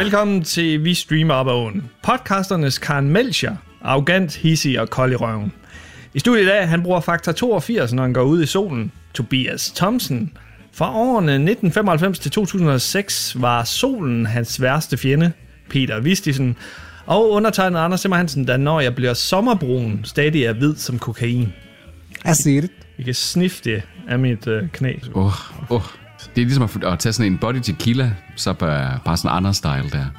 Velkommen til Vi Streamer Op ad Åen. Podcasternes Karen Melchior, arrogant, hissig og kold i røven. I studiet i dag, han bruger faktor 82, når han går ud i solen. Tobias Thomsen. Fra årene 1995 til 2006 var solen hans værste fjende. Peter Vistisen. Og undertegnet Anders Simmer Hansen, da når jeg bliver sommerbrun, stadig er hvid som kokain. I see it. I kan sniffe det af mit knæ. Det er ligesom at tage sådan en body tequila, så bare sådan Anders style der.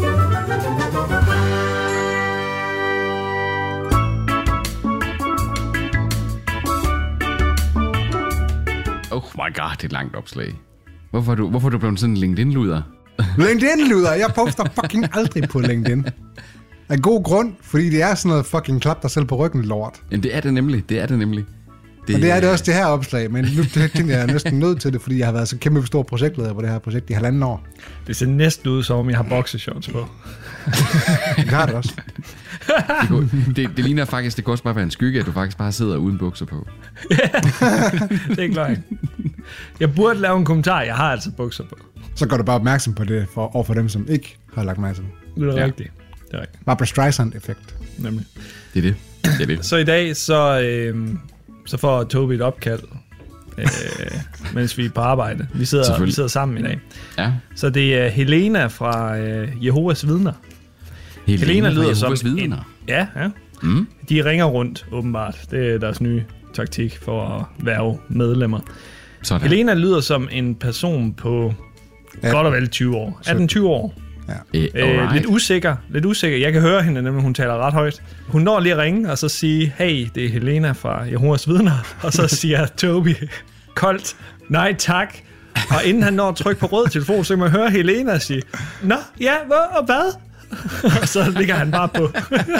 Oh my god, det er et langt opslag. Hvorfor er du blevet sådan en LinkedIn-luder? LinkedIn-luder? Jeg poster fucking aldrig på LinkedIn. Af god grund, fordi det er sådan noget fucking klap dig selv på ryggen lort. Jamen det er det nemlig, Og det er det også det her opslag, men nu tænker jeg næsten nødt til det, fordi jeg har været så kæmpe stor projektleder på det her projekt i 1,5 år. Det ser næsten ud, som om jeg har boxershorts på. Det har det også. Det ligner faktisk, det kan også bare være en skygge, at du faktisk bare sidder uden bukser på. Det er ikke løgn. Jeg burde lave en kommentar, jeg har altså bukser på. Så går du bare opmærksom på det overfor dem, som ikke har lagt mærke til det. Det er rigtigt. Det er rigtigt. Barbra Streisand-effekt. Nemlig. Det er det. Så i dag, så får Tobi et opkald, mens vi er på arbejde. Vi sidder sammen i dag. Ja. Så det er Helena fra Jehovas Vidner. Helena lyder som vidner. Ja. Mm. De ringer rundt, åbenbart. Det er deres nye taktik for at værve medlemmer. Sådan. Helena lyder som en person på godt og vel 20 år. 18-20 år. Ja. Lidt usikker. Jeg kan høre hende, nemlig hun taler ret højt. Hun når lige at ringe og så sige, hey, det er Helena fra Jehovas Vidner. Og så siger Tobi koldt, nej tak. Og inden han når at trykke på rød telefon, så kan man høre Helena sige, nå, ja, hvad? Og så ligger han bare på.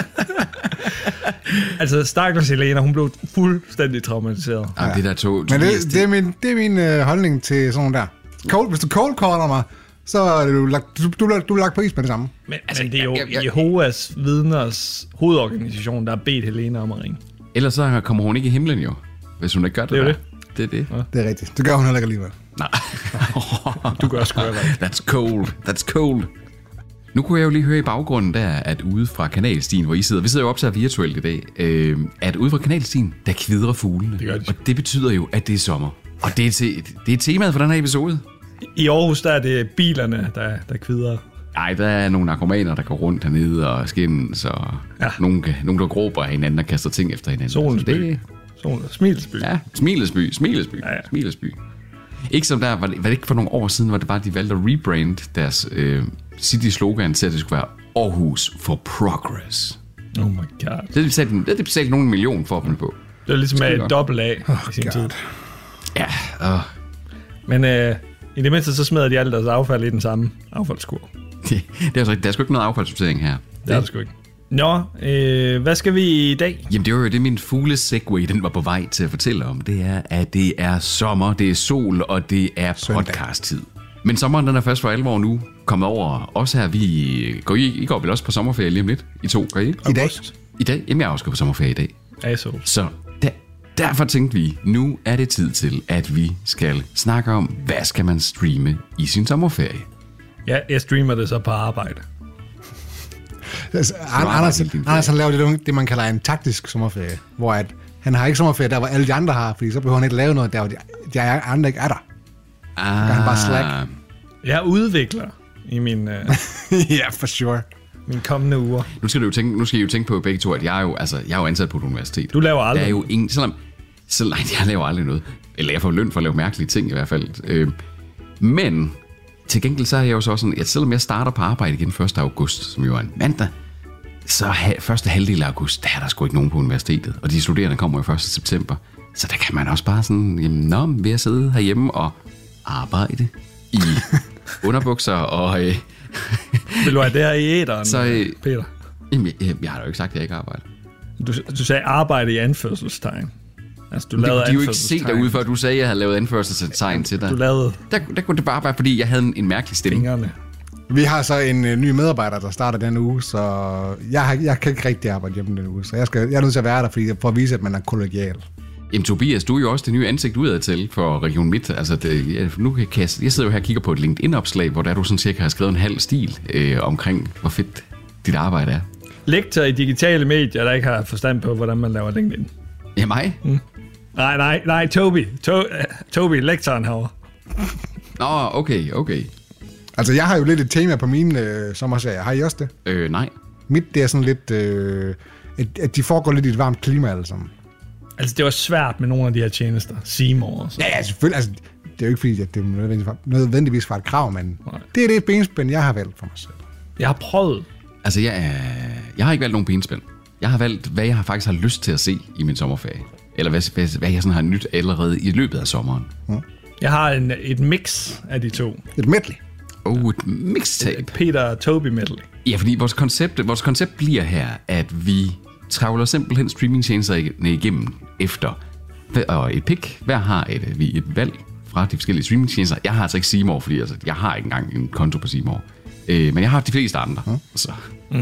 Altså, stakkels Helena, hun blev fuldstændig traumatiseret. Ja. Det der Men det er min holdning til sådan der. Hvis du cold caller mig, så er du lagt på is med det samme. Men det er jo Jehovas Vidners hovedorganisation, der har bedt Helena om at ringe. Ellers så kommer hun ikke i himlen jo, hvis hun ikke gør det. Det er det. Det er det. Ja. Det er rigtigt. Det gør hun heller ikke alligevel. Nej. Du gør sgu heller ikke. That's cold. Nu kunne jeg jo lige høre i baggrunden der, at ude fra kanalstien, hvor I sidder, vi sidder jo optaget virtuelt i dag, at ude fra kanalstien, der kvidrer fuglene. Det gør de. Og det betyder jo, at det er sommer. Og det er temaet for den her episode. I Aarhus, der er det bilerne, der kvidrer. Nej, der er nogle narkomaner, der går rundt hernede og skændes, og nogen, der gråber af hinanden og kaster ting efter hinanden. Solens by. Smilesby. Ja, Smilesby. Ikke som der, var det ikke for nogle år siden, hvor det bare, de valgte at rebrand deres city-slogan til, at det skulle være Aarhus for Progress. Oh my god. Det er de betalt nogle million for dem på. Det er ligesom med et dobbelt A i sin tid. Ja. Men i det mindste, så smider de alt deres affald i den samme affaldskur. Det er altså rigtigt. Der er sgu ikke noget affaldssortering her. Det er det sgu ikke. Nå, hvad skal vi i dag? Jamen det var jo det, min fugle segway, den var på vej til at fortælle om. Det er, at det er sommer, det er sol, og det er podcast-tid. Men sommeren, den er først for alvor nu kommet over. Også her, I går vel også på sommerferie lige om lidt? I to, gør I ikke? I dag? Jamen jeg er også gået på sommerferie i dag. Så derfor tænkte vi, nu er det tid til, at vi skal snakke om, hvad skal man streame i sin sommerferie? Ja, jeg streamer det så på arbejde. Anders han laver det, man kalder en taktisk sommerferie, hvor at han har ikke sommerferie der, hvor alle de andre har, fordi så behøver han ikke lave noget der, hvor de andre ikke er der. Så kan han bare slack. Jeg udvikler i min... Ja, for sure. Min kommende uger. Nu skal I jo tænke på begge to, at jeg er jo ansat på et universitet. Du laver aldrig. Der er jo ingen... Nej, jeg laver aldrig noget. Eller jeg får løn for at lave mærkelige ting i hvert fald. Men til gengæld så er jeg jo så sådan, at selvom jeg starter på arbejde igen 1. august, som jo er en mandag, så første halvdel af august, der er der sgu ikke nogen på universitetet. Og de studerende kommer jo 1. september. Så der kan man også bare sådan, jamen, ved at sidde herhjemme og arbejde i underbukser og... Vil du have det her i æderen, Peter? Jamen, jeg har jo ikke sagt, at jeg ikke arbejder. Du sagde arbejde i anførselstegn. Altså, du lavede de er jo ikke set derude, før du sagde, at jeg havde lavet anførselstegn til dig. Du lavede... Der kunne det bare være, fordi jeg havde en mærkelig stemme. Fingrene. Vi har så en ny medarbejder, der starter den uge, så jeg kan ikke rigtig arbejde hjemme den uge. Så jeg er nødt til at være der, for at vise, at man er kollegial. Jamen Tobias, du er jo også det nye ansigt udadtil for Region Midt. Altså nu kan jeg sidder jo her og kigger på et LinkedIn-opslag, hvor der du sådan cirka har skrevet en halv stil omkring, hvor fedt dit arbejde er. Lektor i digitale medier, der ikke har forstand på, hvordan man laver LinkedIn. Ja, mig? Nej, Toby, lektoren herovre. Nå, okay. Altså, jeg har jo lidt et tema på mine sommerserier. Har I også det? Nej. Mit, det er sådan lidt, at de foregår lidt i et varmt klima alle sammen. Altså, det var svært med nogle af de her tjenester. Seymour og sådan. Ja, selvfølgelig. Altså, det er jo ikke fordi, at det er nødvendigvis fra et krav, men det er det benspænd, jeg har valgt for mig selv. Jeg har prøvet. Altså, jeg har ikke valgt nogen benspænd. Jeg har valgt, hvad jeg faktisk har lyst til at se i min sommerferie. Eller hvad jeg sådan har nyt allerede i løbet af sommeren. Jeg har et mix af de to. Et medley. Et mixtape. Peter og Toby medley. Ja, fordi vores koncept bliver her, at vi travler simpelthen streamingtjenesterne igennem efter et pick. Hver har et valg fra de forskellige streamingtjenester. Jeg har altså ikke Seymour, fordi jeg har ikke engang en konto på Seymour. Men jeg har de fleste andre. Så.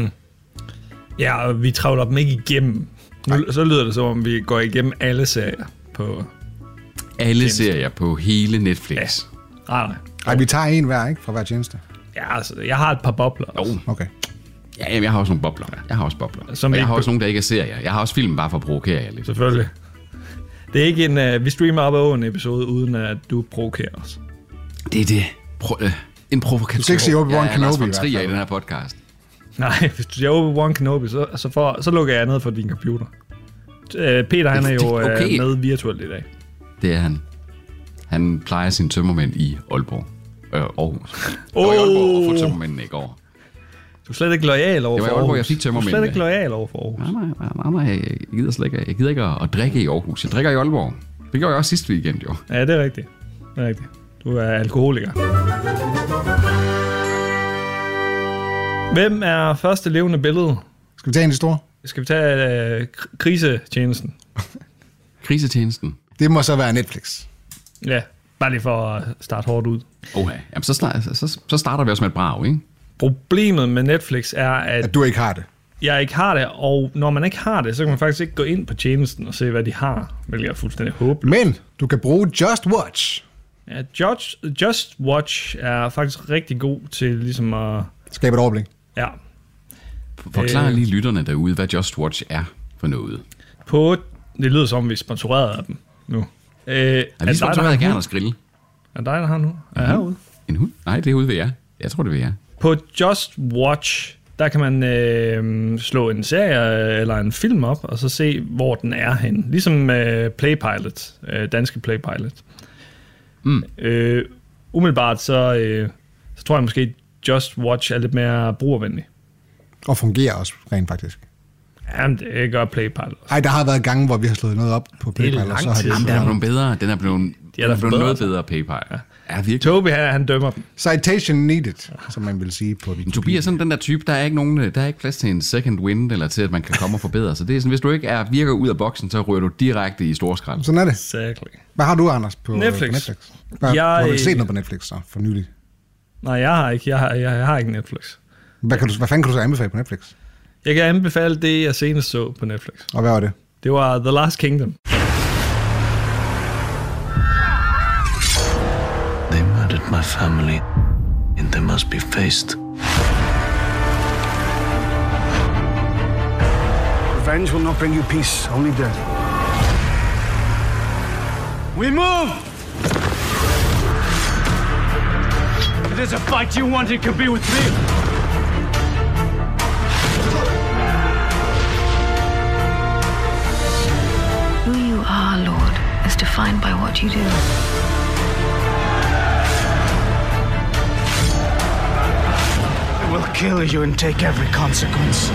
Ja, og vi travler dem ikke igennem. Så lyder det som om, vi går igennem alle serier på... Alle serier på hele Netflix. Ja. Nej. Vi tager en hver, ikke? Fra hver tjeneste. Ja, altså, jeg har et par bobler. Okay. Ja, jamen, jeg har også nogle bobler. Jeg har også nogle, der ikke er serier. Jeg har også film bare for at provokere jer lidt. Selvfølgelig. Det er ikke en... vi streamer op over en episode, uden at du provokerer os. Det er det. En provokation. Du skal ikke sige Obi-Wan Kenobi i hvert fald. I den her podcast. Nej, hvis du siger Obi-Wan Kenobi, så lukker jeg ned for din computer. Peter, han er jo med virtuelt i dag. Det er han. Han plejer sin tømmermænd i Aalborg. Aarhus. Jeg var i Aalborg og få tømmermændene i går. Du er slet ikke loyal over for Aarhus. Det var i Aalborg, jeg fik tømmermændene. Du er slet ikke loyal over for Aarhus. Nej, jeg gider slet ikke. Jeg gider ikke at drikke i Aarhus. Jeg drikker i Aalborg. Det gjorde jeg også sidste weekend, jo. Ja, det er rigtigt. Du er alkoholiker. Hvem er første levende billede? Skal vi tage en store? Skal vi tage krisetjenesten? Krisetjenesten? Det må så være Netflix. Ja, bare lige for at starte hårdt ud. Okay, jamen så starter vi også med et brag, ikke? Problemet med Netflix er, at du ikke har det. Jeg ikke har det, og når man ikke har det, så kan man faktisk ikke gå ind på tjenesten og se, hvad de har, hvilket er fuldstændig håbløst. Men du kan bruge Just Watch. Ja, Just Watch er faktisk rigtig god til ligesom at... Skabe et overblik. Ja. Forklar lige lytterne derude, hvad Just Watch er for noget. Det lyder som, vi er sponsoreret af dem nu. Vi sponsoreret gerne at skrille. Er dig, der har nu? Er herude? En hund? Nej, det er ude ved jer. Jeg tror, det er ved jer. På Just Watch, der kan man slå en serie eller en film op, og så se, hvor den er henne. Ligesom Playpilot, danske Playpilot. Umiddelbart, så tror jeg måske, Just Watch er lidt mere brugervenlig. Og fungerer også rent faktisk. Jamen, det gør Playpilot. Ej, der har været gange, hvor vi har slået noget op på Playpilot. Det er lang tid. Den er blevet bedre. Den er blevet noget bedre Paypal. Ja, virkelig. Toby, han dømmer dem. Citation needed, som man vil sige på Wikipedia. Tobias er sådan den der type, der er ikke plads til en second wind, eller til, at man kan komme og forbedre sig. Det er sådan, hvis du ikke virker ud af boksen, så ryger du direkte i storskrald. Sådan er det. Exactly. Hvad har du, Anders, på Netflix? Har du set noget på Netflix så, for nylig? Nej, jeg har ikke. Jeg har ikke Netflix. Hvad fanden kan du så anbefale på Netflix? Jeg kan anbefale det, jeg senest så på Netflix. Og hvad var det? Det var The Last Kingdom. They murdered my family, and they must be faced. Revenge will not bring you peace, only death. We move! If there's a fight you want, it could be with me. Who you are, Lord, is defined by what you do. I will kill you and take every consequence.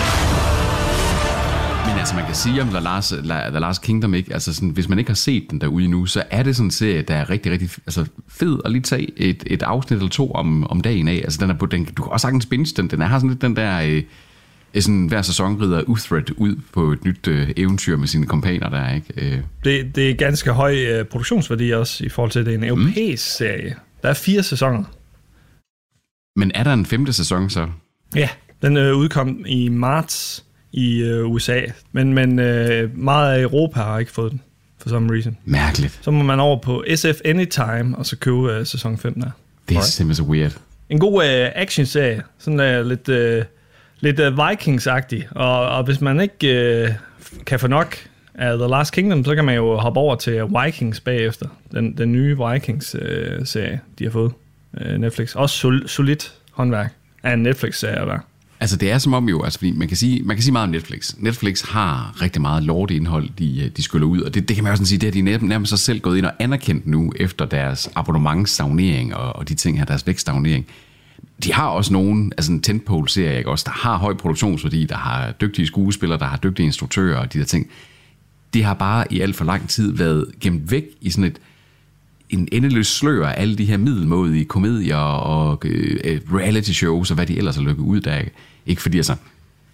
Men altså, man kan sige om The Last Kingdom, ikke? Altså sådan, hvis man ikke har set den derude endnu, så er det sådan en serie, der er rigtig, rigtig fed at lige tage et afsnit eller to om dagen af. Altså, du kan også sagtens binge den. Den har sådan lidt den der... sådan hver sæson rider Uthred ud på et nyt eventyr med sine kompaner der, ikke? Det er ganske høj produktionsværdi også, i forhold til, at det er en europæisk serie. Der er 4 sæsoner. Men er der en 5. sæson så? Ja, den udkom i marts i USA, men meget af Europa har ikke fået den. for some reason. Mærkeligt. Så må man over på SF Anytime, og så købe sæson 5 der. Det er simpelthen så weird. En god action-serie, sådan lidt Vikings-agtig, og hvis man ikke kan få nok af The Last Kingdom, så kan man jo hoppe over til Vikings bagefter, den nye Vikings-serie, de har fået Netflix. Også solidt håndværk af en Netflix-serie der. Altså det er som om jo, altså fordi man kan sige meget om Netflix. Netflix har rigtig meget lorteindhold, de skyller ud, og det kan man jo sådan sige, det er de nærmest sig selv gået ind og anerkendt nu, efter deres abonnementsstagnering og de ting her, deres vækststagnering. De har også nogen, altså en tentpole-serie, ikke også, der har høj produktionsværdi, der har dygtige skuespillere, der har dygtige instruktører og de der ting. Det har bare i alt for lang tid været gemt væk i sådan en endeløs slør af alle de her middelmådige komedier og reality shows og hvad de ellers har lukket ud der. Ikke fordi altså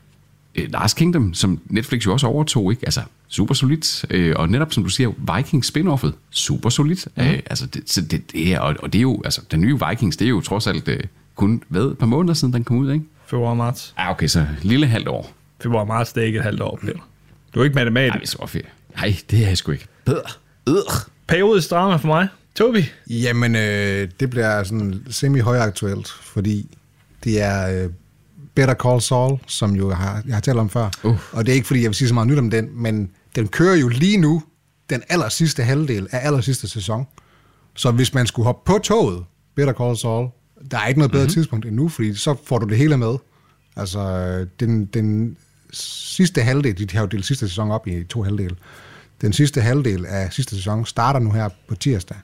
Last Kingdom, som Netflix jo også overtog, ikke? Altså super solidt, og netop som du siger, Vikings spin-offet, super solidt. Altså det er, og det er jo, altså den nye Vikings, det er jo trods alt kun et par måneder siden den kom ud, ikke? Februar-marts. Okay, så lille halvt år. Februar-marts, det er ikke et halvt år, Peter. Du er ikke matematisk. Nej, det er så fedt. Nej, det er jeg sgu ikke. Periodisk drama for mig. Toby? Jamen, det bliver sådan semi-højaktuelt, fordi det er Better Call Saul, som jo jeg har talt om før. Og det er ikke, fordi jeg vil sige så meget nyt om den, men den kører jo lige nu den aller sidste halvdel af aller sidste sæson. Så hvis man skulle hoppe på toget, Better Call Saul, der er ikke noget bedre tidspunkt endnu, fordi så får du det hele med. Altså, den sidste halvdel, de har jo delt sidste sæson op i 2 halvdele. Den sidste halvdel af sidste sæson starter nu her på tirsdag.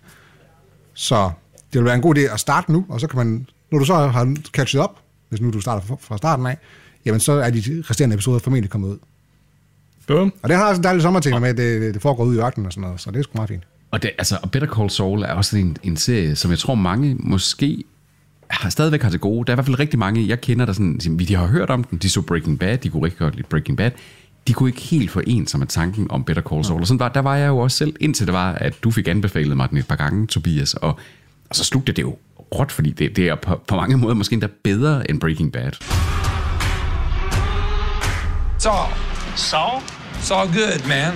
Så det vil være en god idé at starte nu, og så kan man, når du så har catchet op, hvis nu du starter fra starten af, jamen så er de resterende episoder formentlig kommet ud. Boom. Og det har også en dejlig sommerting med, at det foregår ud i ørkenen og sådan noget, så det er sgu meget fint. Og Better Call Saul er også en serie, som jeg tror mange måske stadigvæk har til gode. Der er i hvert fald rigtig mange, jeg kender, der sådan, de har hørt om den, de så Breaking Bad, de kunne rigtig godt lide Breaking Bad. De kunne ikke helt forene sig med tanken om Better Call Saul. Og sådan der var jeg jo også selv, indtil det var, at du fik anbefalet mig den et par gange, Tobias. Og så slugte det jo råt, fordi det er på mange måder måske endda bedre end Breaking Bad. Saul? Saul good, man.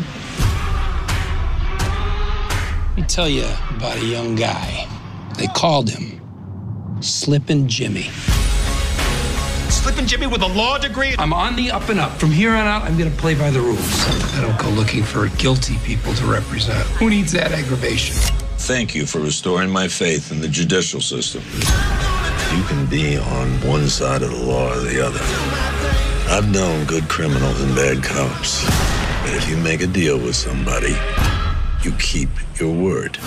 Let me tell you about a young guy. They called him Slippin' Jimmy. Slippin' Jimmy with a law degree? I'm on the up and up. From here on out, I'm going to play by the rules. I don't go looking for guilty people to represent. Who needs that aggravation? Thank you for restoring my faith in the judicial system. You can be on one side of the law or the other. I've known good criminals and bad cops. But if you make a deal with somebody, you keep your word.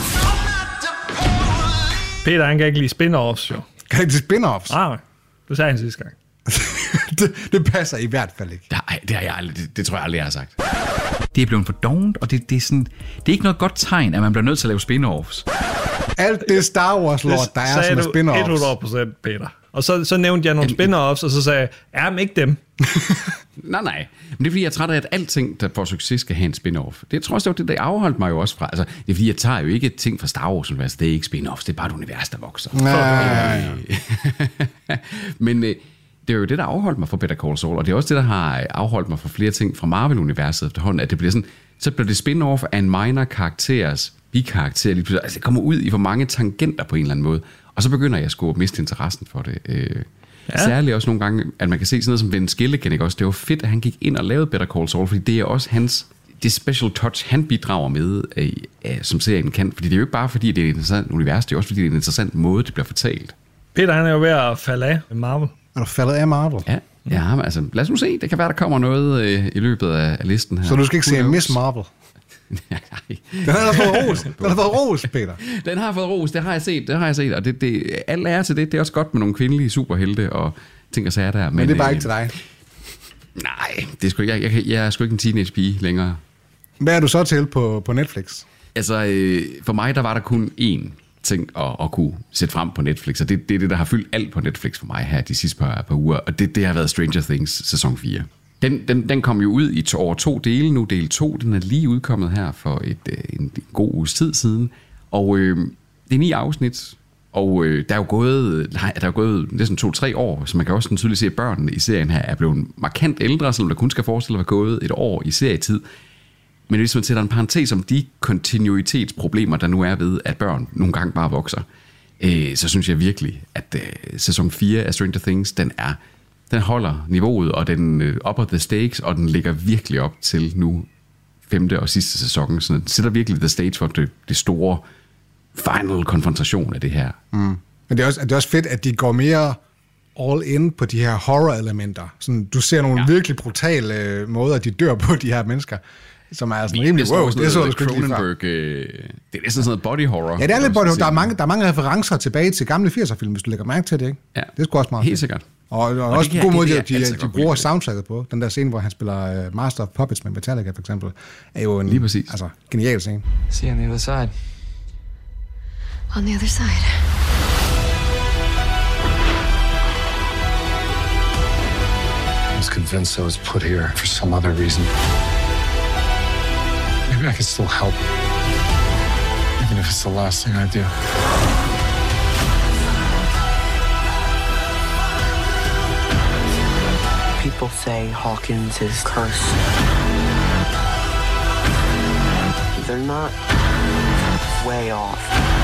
Peter, han kan ikke lide spin-offs, jo. Kan ikke lide spin-offs? Nej, det sagde han sidste gang. det passer i hvert fald ikke. Nej, det tror jeg aldrig, jeg har sagt. Det er blevet for dovent, og det er ikke noget godt tegn, at man bliver nødt til at lave spin-offs. Alt det Star Wars-lort, der er som er spin-offs. 100%, Peter. Og så nævnte jeg nogle spin-offs, og så sagde jeg, men ikke dem. Nej. Men det er fordi, jeg er træt af, at alting, der får succes, skal have en spin-off. Det tror jeg, det der afholdt mig jo også fra. Altså, det er fordi, jeg tager jo ikke ting fra Star Wars, det er ikke spin-offs, det er bare et univers, der vokser. Nej. Men det er jo det, der afholdt mig fra Better Call Saul, og det er også det, der har afholdt mig fra flere ting fra Marvel-universet efterhånden, at det bliver sådan, så bliver det spin-off af en minor karakteres bikarakter lige pludselig. Altså, det kommer ud i for mange tangenter på en eller anden måde, og så begynder jeg sgu at miste interessen for det. Ja. Særligt også nogle gange, at man kan se sådan noget som Vince Gilligan, ikke også? Det var fedt, at han gik ind og lavede Better Call Saul, fordi det er også det special touch, han bidrager med, som serien kan. Fordi det er jo ikke bare fordi, det er et interessant univers, det er også fordi, det er en interessant måde, det bliver fortalt. Peter, han er jo ved at falde af Marvel. Er du faldet af Marvel? Ja, men altså, lad os nu se. Det kan være, der kommer noget i løbet af listen her. Så du skal ikke se Miss Marvel? Nej. Den har fået ros. Den har fået ros, Peter. Den har fået ros, det har jeg set. Og alt er til det. Det er også godt med nogle kvindelige superhelte og ting og sager der. Men det er bare ikke til dig. Nej, det er sgu ikke. Jeg er sgu ikke en teenage pige længere. Hvad er du så til på Netflix? Altså, for mig, der var der kun én ting at kunne sætte frem på Netflix, og det er det, der har fyldt alt på Netflix for mig her de sidste par uger, og det har været Stranger Things sæson 4. Den kom jo ud over 2 dele, nu del 2, den er lige udkommet her for en god uges tid siden, og det er 9 afsnit, og der er jo gået næsten 2-3 år, så man kan også tydeligt se, at børnene i serien her er blevet markant ældre, selvom der kun skal forestille at være gået et år i serietid. Men hvis man sætter en parentes om de kontinuitetsproblemer, der nu er ved, at børn nogle gange bare vokser, så synes jeg virkelig, at sæson 4 af Stranger Things, den holder niveauet, og den upper the stakes, og den ligger virkelig op til nu 5. og sidste sæson. Så den sætter virkelig the stage for det store final konfrontation af det her. Men det er også fedt, at de går mere all in på de her horror-elementer. Sådan, du ser nogle virkelig brutale måder, de dør på, de her mennesker, som er sådan rimelig wow. Det er så Cronenberg, det er næsten sådan noget body horror. Ja, det er lidt body horror. Der er mange referencer tilbage til gamle 80'er-film, hvis du lægger mærke til det, ikke? Ja. Det er sgu også meget helt sikkert. Og også en god måde, de bruger soundtracket på. Den der scene, hvor han spiller Master of Puppets med Metallica, for eksempel, er jo en genial scene. See you on the other side. On the other side. I was convinced I was put here for some other reason. Maybe I can still help, even if it's the last thing I do. People say Hawkins is cursed. They're not way off.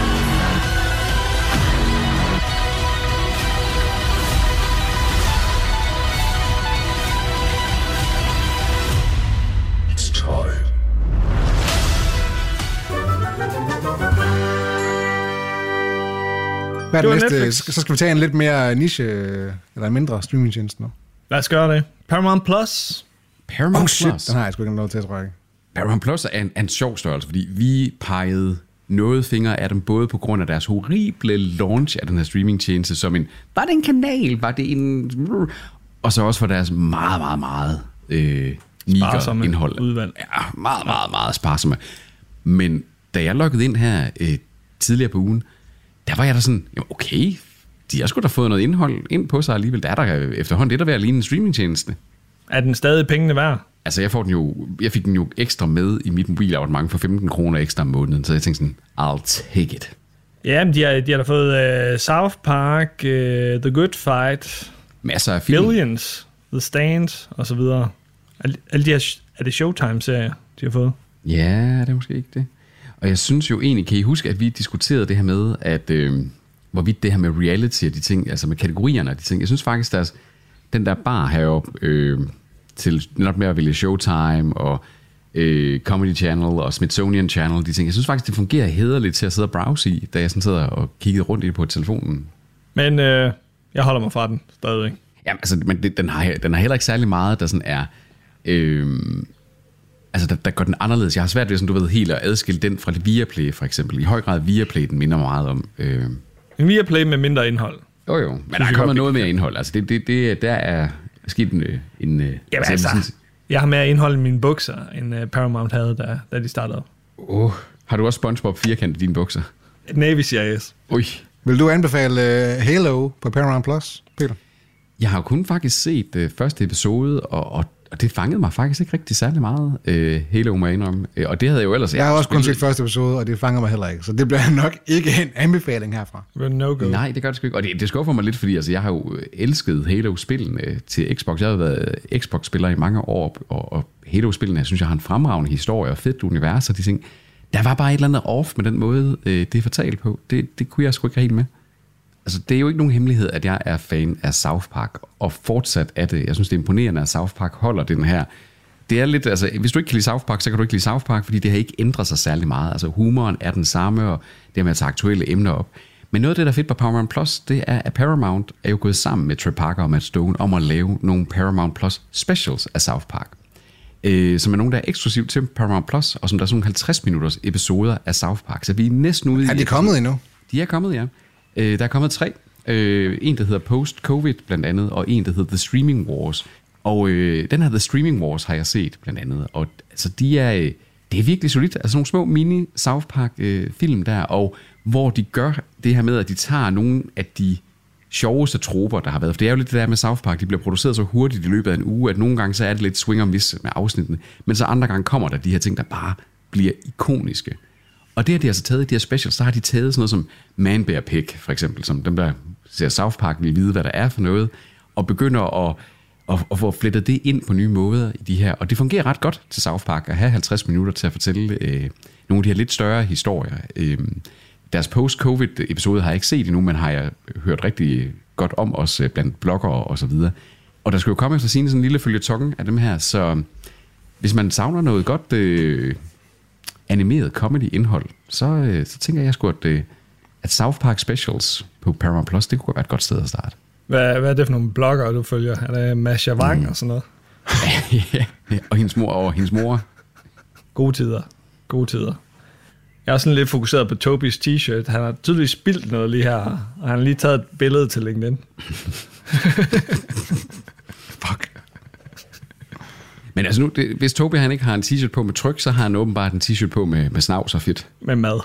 It's time. Hvad er det næste? Så skal vi tage en lidt mere niche, eller en mindre streamingtjeneste nu. Lad os gøre det. Paramount Plus. Paramount Plus? Plus. Den har jeg sgu ikke noget til at trække. Paramount Plus er en sjov størrelse, fordi vi pegede noget fingre af dem, både på grund af deres horrible launch af den her streamingtjeneste, som en, var det en kanal, var det en... Og så også for deres meget, meget, meget meager indhold. Udvalg. Ja, meget, meget, meget sparsomme. Men da jeg loggede ind her tidligere på ugen, der var jeg da sådan, jamen okay, de har sgu da fået noget indhold ind på sig alligevel. Der er der efterhånden det, der vil at ligne en streamingtjeneste. Er den stadig pengene værd? Altså, jeg fik den jo ekstra med i mit mobilabonnement for 15 kroner ekstra om måneden, så jeg tænkte sådan, I'll take it. Ja, men de har da fået South Park, The Good Fight, masser af film. Billions, The Stand og så videre. Alle de her, er det Showtime-serier, de har fået? Ja, det er måske ikke det. Og jeg synes jo egentlig, kan I huske, at vi diskuterede det her med, at hvorvidt det her med reality og de ting, altså med kategorierne og de ting, jeg synes faktisk, at den der bar heroppe, til netop med at vælge Showtime og Comedy Channel og Smithsonian Channel, de ting, jeg synes faktisk, det fungerer hæderligt til at sidde og browse i, da jeg sådan sidder og kiggede rundt i det på telefonen. Men jeg holder mig fra den stadig. Ja, altså, men den har heller ikke særlig meget, der sådan er... altså, der går den anderledes. Jeg har svært ved, sådan, du ved, helt at adskille den fra Viaplay, for eksempel. I høj grad Viaplay, den minder meget om... En Viaplay med mindre indhold. Jo, men der er kommet noget mere indhold. Altså, der er sket en altså, jeg har mere indhold i mine bukser, end Paramount havde, da de startede. Har du også SpongeBob firkant i dine bukser? Navy Series. Ui. Vil du anbefale Halo på Paramount Plus, Peter? Jeg har kun faktisk set første episode, og det fangede mig faktisk ikke rigtig særlig meget, Halo må jeg indrømme. Og det havde jeg jo ellers... Jeg har også kun set første episode, og det fanger mig heller ikke. Så det bliver nok ikke en anbefaling herfra. No-go. Nej, det gør det sgu ikke. Og det skuffer mig lidt, fordi altså, jeg har jo elsket Halo-spillene til Xbox. Jeg har været Xbox-spiller i mange år, og Halo-spillene, jeg synes, jeg har en fremragende historie og fedt univers og de ting. Der var bare et eller andet off med den måde, det er fortalt på. Det kunne jeg sgu ikke helt med. Altså, det er jo ikke nogen hemmelighed, at jeg er fan af South Park, og fortsat er det. Jeg synes, det er imponerende, at South Park holder den her. Det er lidt, altså, hvis du ikke kan lide South Park, så kan du ikke lide South Park, fordi det har ikke ændret sig særlig meget. Altså, humoren er den samme, og det med at tage aktuelle emner op. Men noget af det, der er fedt på Paramount Plus, det er, at Paramount er jo gået sammen med Trey Parker og Matt Stone om at lave nogle Paramount Plus specials af South Park. Som er nogen, der er eksklusivt til Paramount Plus, og som der er sådan nogle 50 minutters episoder af South Park. Så vi er næsten ude i... Er de kommet endnu? De er kommet, ja. Der er kommet 3. En, der hedder Post-Covid, blandt andet, og en, der hedder The Streaming Wars. Og den her The Streaming Wars har jeg set, blandt andet. Og altså, det er virkelig solidt. Altså nogle små mini-South Park-film der, og hvor de gør det her med, at de tager nogle af de sjoveste troper, der har været. For det er jo lidt det der med South Park, de bliver produceret så hurtigt i løbet af en uge, at nogle gange så er det lidt swing og miss med afsnittene, men så andre gange kommer der de her ting, der bare bliver ikoniske. Og det har de altså taget i de her specials, så har de taget sådan noget som Man Bear Pig, for eksempel, som dem der ser South Park vil vide, hvad der er for noget, og begynder og få flettet det ind på nye måder i de her. Og det fungerer ret godt til South Park at have 50 minutter til at fortælle nogle af de her lidt større historier. Deres post-covid-episode har jeg ikke set endnu, men har jeg hørt rigtig godt om, også blandt bloggere og så videre. Og der skal jo komme efter sådan en lille føljeton af dem her, så hvis man savner noget godt animeret comedy-indhold, så tænker jeg sgu, at South Park Specials på Paramount Plus, det kunne være et godt sted at starte. Hvad er det for nogle bloggere, du følger? Er det Masha Wang og sådan noget? Ja, og hendes mor. Gode tider. Jeg er sådan lidt fokuseret på Tobis t-shirt. Han har tydeligvis spildt noget lige her, og han har lige taget et billede til LinkedIn. Fuck. Men altså nu, hvis Tobi han ikke har en t-shirt på med tryk, så har han åbenbart en t-shirt på med snavs og fedt. Med mad.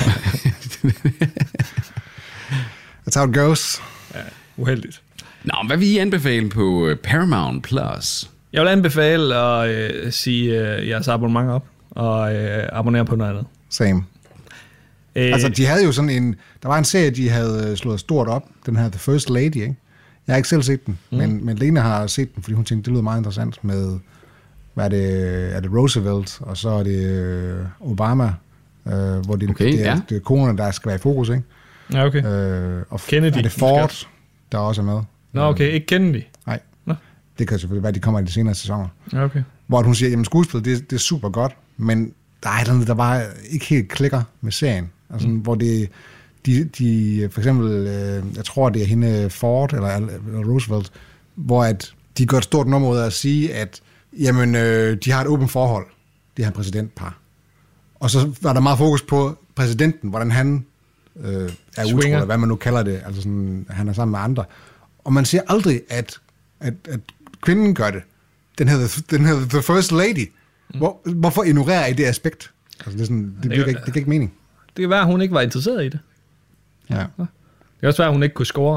That's how it goes. Ja, uheldigt. Nå, hvad vil I anbefale på Paramount Plus? Jeg vil anbefale at sige jeres abonnement op, og abonnere på noget andet. Same. Altså, de havde jo sådan en... Der var en serie, de havde slået stort op. Den her The First Lady, ikke? Jeg har ikke selv set den, men Lena har set den, fordi hun tænkte, det lyder meget interessant med... Hvad er det Roosevelt, og så er det Obama, hvor det er konerne, der skal være i fokus, ikke? Ja, okay. Og Kennedy. Er det Ford, der også er med? Nå, okay. Ikke Kennedy? Nej. Nå. Det kan selvfølgelig være, de kommer i de senere sæsoner. Ja, okay. Hvor hun siger, jamen skuespillet, det er super godt, men der er et eller andet, der bare ikke helt klikker med serien. Altså, hvor det... De for eksempel, jeg tror, det er hende Ford, eller Roosevelt, hvor at de gør et stort nummer ud af at sige, at jamen, de har et åbent forhold, det her præsidentpar. Og så var der meget fokus på præsidenten, hvordan han er utro, eller hvad man nu kalder det, altså sådan, han er sammen med andre. Og man siger aldrig, at kvinden gør det. Den hedder The First Lady. Hvorfor ignorerer I det aspekt? Altså, det, er sådan, det giver ikke mening. Det kan være, at hun ikke var interesseret i det. Ja. Det kan også være, at hun ikke kunne score.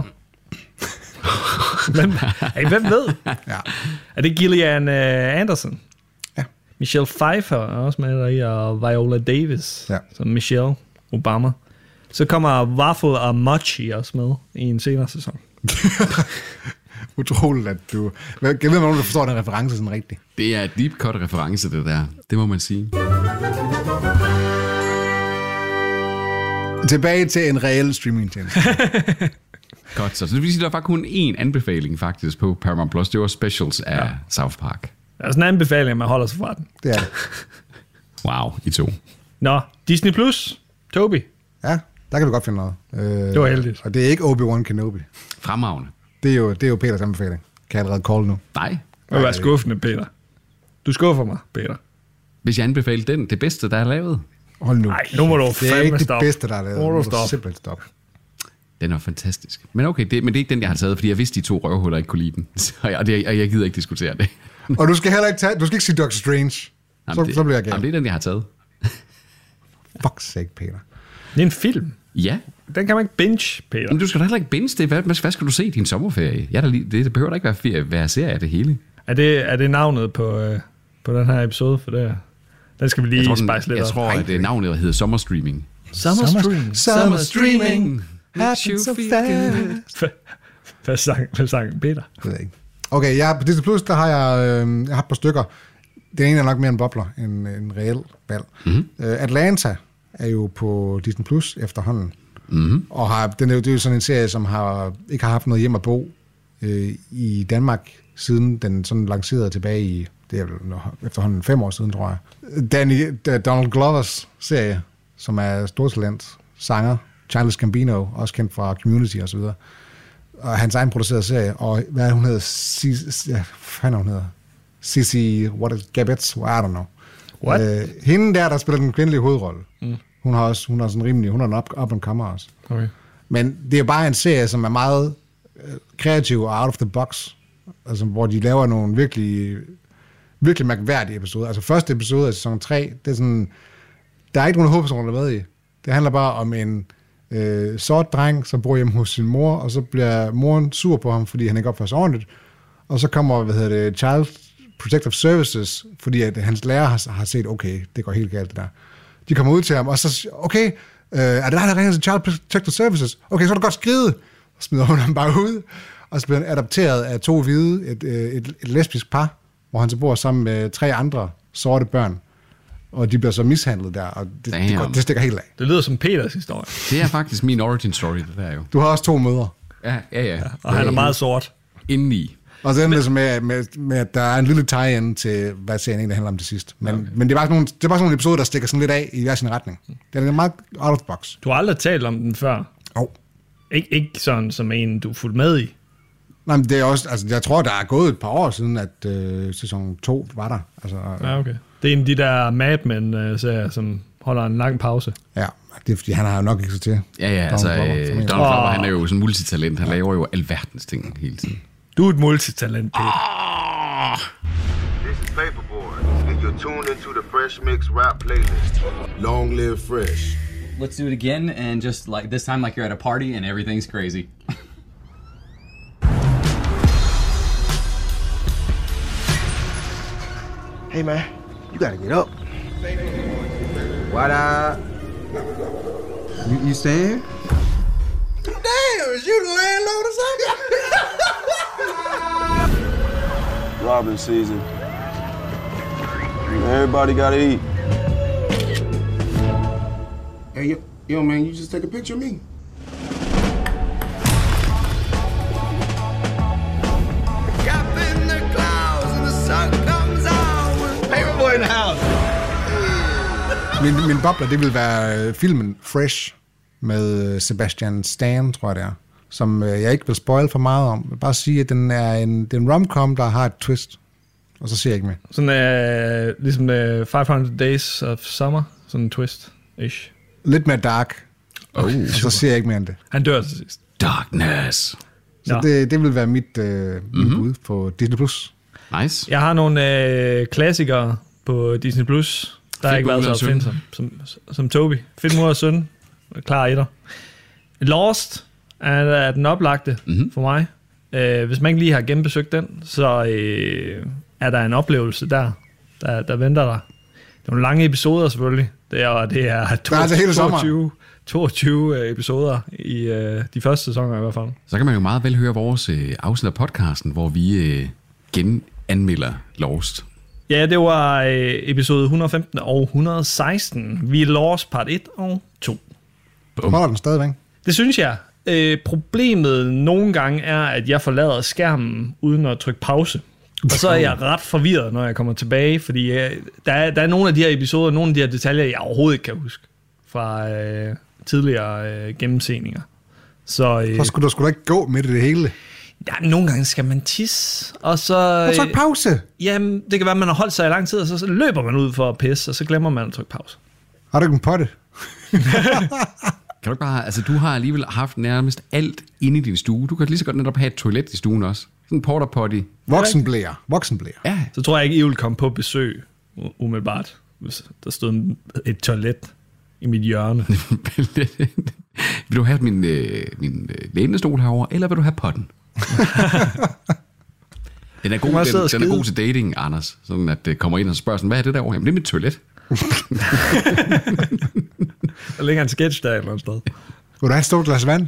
Hvem ved? Ja. Er det Gillian Anderson? Ja. Michelle Pfeiffer er også med der i, og Viola Davis, som Michelle Obama. Så kommer Waffle og Mochi også med i en senere sæson. Utroligt, at du... Jeg ved, om du forstår den reference sådan rigtigt. Det er et deep cut reference, det der. Det må man sige. Tilbage til en reel streamingtjeneste. Godt, så det vil sige, der var kun én anbefaling faktisk på Paramount Plus. Det var specials af South Park. Der er sådan en anbefaling, at man holder sig fra den. Det er det. Wow, I to. Nå, Disney Plus. Toby. Ja, der kan du godt finde noget. Det var heldigt. Og det er ikke Obi-Wan Kenobi. Fremragende. Det er jo Peters anbefaling. Kan jeg allerede call nu? Nej. Det vil være skuffende, Peter. Du skuffer mig, Peter. Hvis jeg anbefaler det bedste, der er lavet. Hold nu. Nej, nu må du det er ikke det bedste, der er lavet. Nu må du simpelthen stoppe. Den er fantastisk. Men okay, men det er ikke den, jeg har taget, fordi jeg vidste, de to røvhuller ikke kunne lide den. Og jeg gider ikke diskutere det. Og du skal heller ikke sige Doctor Strange. Jamen, så bliver jeg galt. Jamen, det er den, jeg har taget. Fuck sake, Peter. Det er en film. Ja. Den kan man ikke binge, Peter. Men du skal da heller ikke binge det. Hvad skal du se i din sommerferie? Det behøver da ikke være serie af det hele. Er det navnet på den her episode? For det, den skal vi lige spice lidt op. Jeg tror, at det navnet hedder Sommerstreaming. Summer Streaming. Happens so fast. Hvad sang Peter? Det ved jeg ikke. Okay, på Disney Plus, der har jeg har et par stykker. Den ene er nok mere en bobler end en reel valg. Mm-hmm. Atlanta er jo på Disney Plus efterhånden. Mm-hmm. Og det er jo sådan en serie, som ikke har haft noget hjem at bo i Danmark, siden den sådan lancerede tilbage i, det er efterhånden 5 år siden, tror jeg. Donald Glovers serie, som er stortalent, sanger, Childish Gambino, også kendt fra Community og så videre. Og hans egen producerede serie, og hvad hun hedder? Cici Gabbets, I don't know. What? Hende der spiller den kvindelige hovedrolle. Mm. Hun har sådan rimelig, hun er en up and comer også. Okay. Men det er bare en serie, som er meget kreativ og out of the box. Altså, hvor de laver nogle virkelig, virkelig mærkværdige episoder. Altså første episode af sæson 3, det er sådan, der er ikke nogen hovedpersoner, der er med i. Det handler bare om en sort dreng, som bor hjemme hos sin mor, og så bliver moren sur på ham, fordi han ikke opfører sig ordentligt. Og så kommer, Child Protective Services, fordi at hans lærer har set, okay, det går helt galt det der. De kommer ud til ham, og så okay, er det dig, der ringer til Child Protective Services? Okay, så er det godt skridt. Og smider hun ham bare ud. og så bliver han adopteret af 2 hvide, et lesbisk par, hvor han så bor sammen med 3 andre sorte børn. Og de bliver så mishandlet der, og det stikker helt af. Det lyder som Peters historie. Det er faktisk min origin story, det der jo. Du har også 2 mødre. Ja. Og han er meget sort. Indeni. Og så ender det så med, at der er en lille tie-in til, hvad serien egentlig handler om til sidst. Men det er bare sådan nogle episoder, der stikker sådan lidt af i hver sin retning. Det er meget out of the box. Du har aldrig talt om den før? Ikke sådan som en, du er fuldt med i? Nej, men det er også, altså jeg tror, der er gået et par år siden, at sæson 2 var der. Altså, ja, okay. Det er en af de der Mad Men-serier, som holder en lang pause. Ja, det er fordi, han har jo nok ikke så til. Ja, altså, Donald Glover, han er jo sådan multitalent. Han laver jo alverdens ting hele tiden. Du er et multitalent, Peter. This is Paperboy, and you're tuned into the Fresh Mix Rap playlist. Long live Fresh. Let's do it again, and just like this time, like you're at a party and everything's crazy. Hey man, you gotta get up. What up? You staying? Damn, is you the landlord or something? Robbing season. Everybody gotta eat. Hey, yo, man, you just take a picture of me. In the house. Min bobler, det vil være filmen Fresh med Sebastian Stan, tror jeg det er, som jeg ikke vil spoil for meget om. Jeg vil bare sige, at den er en rom-com, der har et twist, og så ser jeg ikke mere. Sådan ligesom 500 Days of Summer, sådan en twist-ish. Lidt mere dark, og så ser jeg ikke mere end det. Han dør til sidst. Darkness. Så det vil være mit bud på Disney+. Nice. Jeg har nogle klassikere på Disney+. Der har ikke været så opfindsom som Toby. Film Mor og Søn. Klar etter. Lost er den oplagte for mig. Hvis man ikke lige har genbesøgt den, så er der en oplevelse der venter dig. Det er nogle lange episoder selvfølgelig. Det er 22 episoder i de første sæsoner i hvert fald. Så kan man jo meget vel høre vores afsnit af podcasten, hvor vi genanmelder Lost. Ja, det var episode 115 og 116. Vi er Lost part 1 og 2. Holder den stadigvæk? Det synes jeg. Problemet nogle gange er, at jeg forlader skærmen uden at trykke pause. Og så er jeg ret forvirret, når jeg kommer tilbage, fordi der er nogle af de her episoder, nogle af de her detaljer, jeg overhovedet ikke kan huske fra tidligere gennemseninger. Så skulle du sgu da ikke gå midt i det hele? Ja, nogle gange skal man tisse, og så tryk pause. Jamen, det kan være, at man har holdt sig i lang tid, og så løber man ud for at pisse, og så glemmer man at trykke pause. Har du ikke en potte? Kan du ikke bare, altså du har alligevel haft nærmest alt inde i din stue. Du kan lige så godt netop have et toilet i stuen også. Sådan en porta potty. Voksenblære. Ja. Så tror jeg ikke, I vil komme på besøg umiddelbart, hvis der stod et toilet i mit hjørne. Vil du have min lænestol herovre, eller vil du have potten? Den er god til dating, Anders. Sådan at det kommer ind og spørger sådan, hvad er det derovre? Jamen, det er mit toilet. Der ligger en sketch der et eller andet sted. Kunne du have et stort glas vand?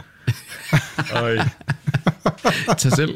Tag selv.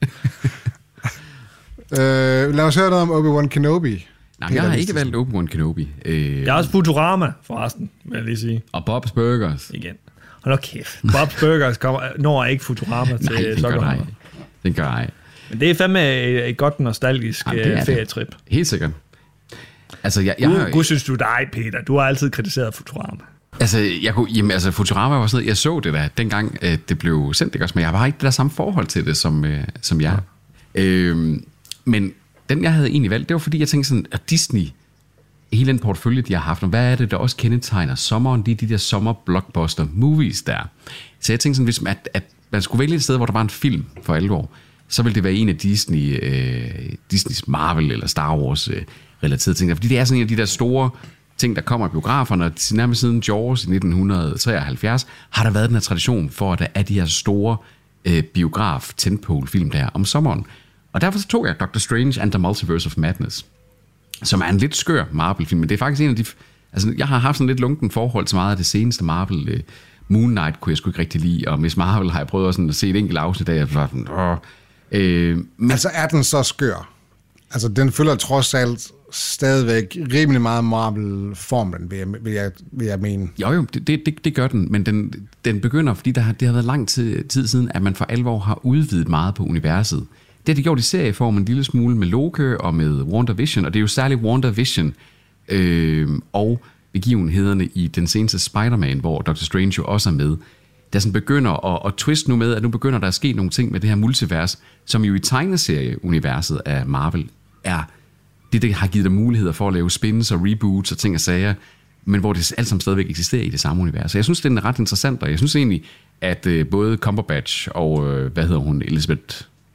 Lad os høre noget om Obi-Wan Kenobi. Nej, jeg har ikke valgt Obi-Wan Kenobi. Jeg har også Futurama, forresten, vil jeg lige sige. Og Bob's Burgers. Igen. Hold da kæft. Bob's Burgers når ikke Futurama til Sokkerholdet. Den gør ej. Men det er fandme et godt nostalgisk ferietrip. Helt sikkert. Altså, jeg Gud, synes du dig, Peter. Du har altid kritiseret Futurama. Altså, Futurama var sådan noget, jeg så det der, dengang det blev sendt, ikke også? Men jeg har ikke det der samme forhold til det, som jeg. Men den, jeg havde egentlig valgt, det var fordi, jeg tænkte sådan, at Disney, hele den portefølje, de har haft, og hvad er det, der også kendetegner sommeren, de der sommer-blockbuster movies der. Så jeg tænkte sådan, hvis at man skulle vælge et sted, hvor der var en film for alvor, så ville det være en af Disneys Marvel eller Star Wars relaterede ting. Fordi det er sådan en af de der store ting, der kommer i biograferne, og nærmest siden Jaws i 1973, har der været den her tradition for, at der er de her store biograf-tentpole-film der om sommeren. Og derfor så tog jeg Doctor Strange and the Multiverse of Madness, som er en lidt skør Marvel-film, men det er faktisk en af de... Altså, jeg har haft sådan lidt lunken forhold til meget af det seneste Moon Knight kunne jeg sgu ikke rigtig lide, og Miss Marvel har jeg prøvet sådan at se et enkelt afsnit af, jeg var sådan, men altså er den så skør? Altså den følger trods alt stadigvæk rimelig meget Marvel-formlen, vil jeg mene. Jo, det gør den, men den begynder, fordi det har været lang tid siden, at man for alvor har udvidet meget på universet. Det har de gjort i serieform en lille smule med Loki og med WandaVision, og det er jo særligt WandaVision og begivenhederne i den seneste Spider-Man, hvor Doctor Strange jo også er med, der sådan begynder at twist nu med, at nu begynder der at ske nogle ting med det her multivers, som jo i tegneserieuniverset af Marvel er det har givet dem muligheder for at lave spins og reboots og ting og sager, men hvor det alt sammen stadigvæk eksisterer i det samme univers. Så jeg synes, det er ret interessant, og jeg synes egentlig, at både Cumberbatch og, Elizabeth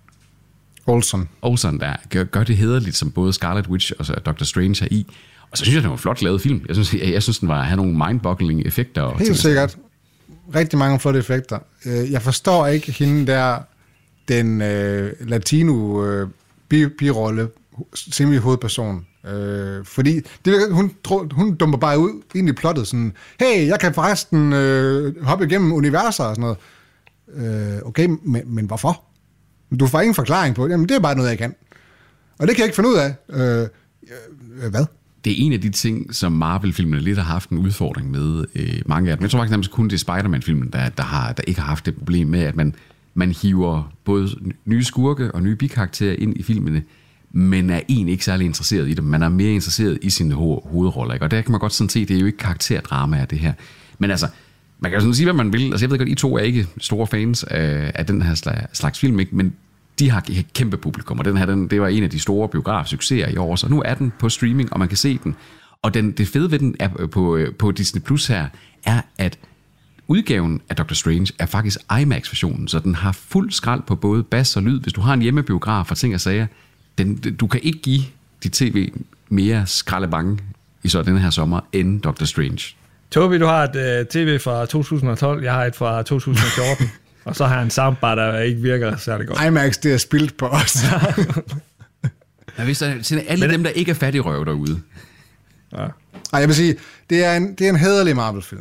Olsen der gør det hæderligt, som både Scarlet Witch og Doctor Strange er i. Og så synes jeg, det var en flot lavet film. Jeg synes den havde nogle mind-boggling effekter. Helt sikkert. Rigtig mange flotte effekter. Jeg forstår ikke hende der, den latino birolle, semi-hovedperson. Fordi hun dumper bare ud ind i plottet sådan, hey, jeg kan forresten hoppe igennem universer og sådan noget. Okay, men hvorfor? Du får ingen forklaring på det. Jamen, det er bare noget, jeg kan. Og det kan jeg ikke finde ud af. Hvad? Det er en af de ting, som Marvel-filmene lidt har haft en udfordring med mange af dem. Jeg tror faktisk kun det er Spider-Man-filmen, der ikke har haft det problem med, at man hiver både nye skurke og nye bikarakterer ind i filmene, men er egentlig ikke særlig interesseret i dem. Man er mere interesseret i sine hovedroller. Ikke? Og der kan man godt sådan se, det er jo ikke karakterdrama af det her. Men altså, man kan jo sådan sige, hvad man vil. Altså, jeg ved godt, I to er ikke store fans af den her slags film, ikke? Men de har et kæmpe publikum, og det var en af de store biografsucceser i år, så nu er den på streaming, og man kan se den. Og det fede ved den er på Disney Plus her, er, at udgaven af Doctor Strange er faktisk IMAX-versionen, så den har fuld skrald på både bas og lyd. Hvis du har en hjemmebiograf og ting og sager, du kan ikke give dit tv mere skraldebange i så den her sommer end Doctor Strange. Tobi, du har et tv fra 2012, jeg har et fra 2014. Og så har jeg en soundbar, der ikke virker særlig godt. IMAX, det er spildt på os. Ja, hvis der er alle dem, der ikke er fattigrøv derude. Ja. Ej, jeg vil sige, det er en hæderlig Marvel-film.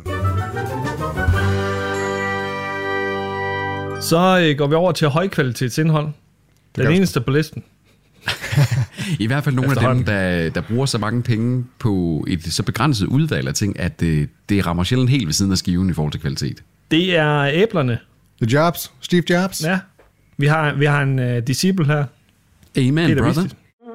Så går vi over til højkvalitetsindhold. Den eneste på listen. I hvert fald nogle af dem, der bruger så mange penge på et så begrænset udvalg af ting, at det rammer sjældent helt ved siden af skiven i forhold til kvalitet. Det er æblerne. The Jobs. Steve Jobs. Ja. Vi har en disciple her. Amen, det brother.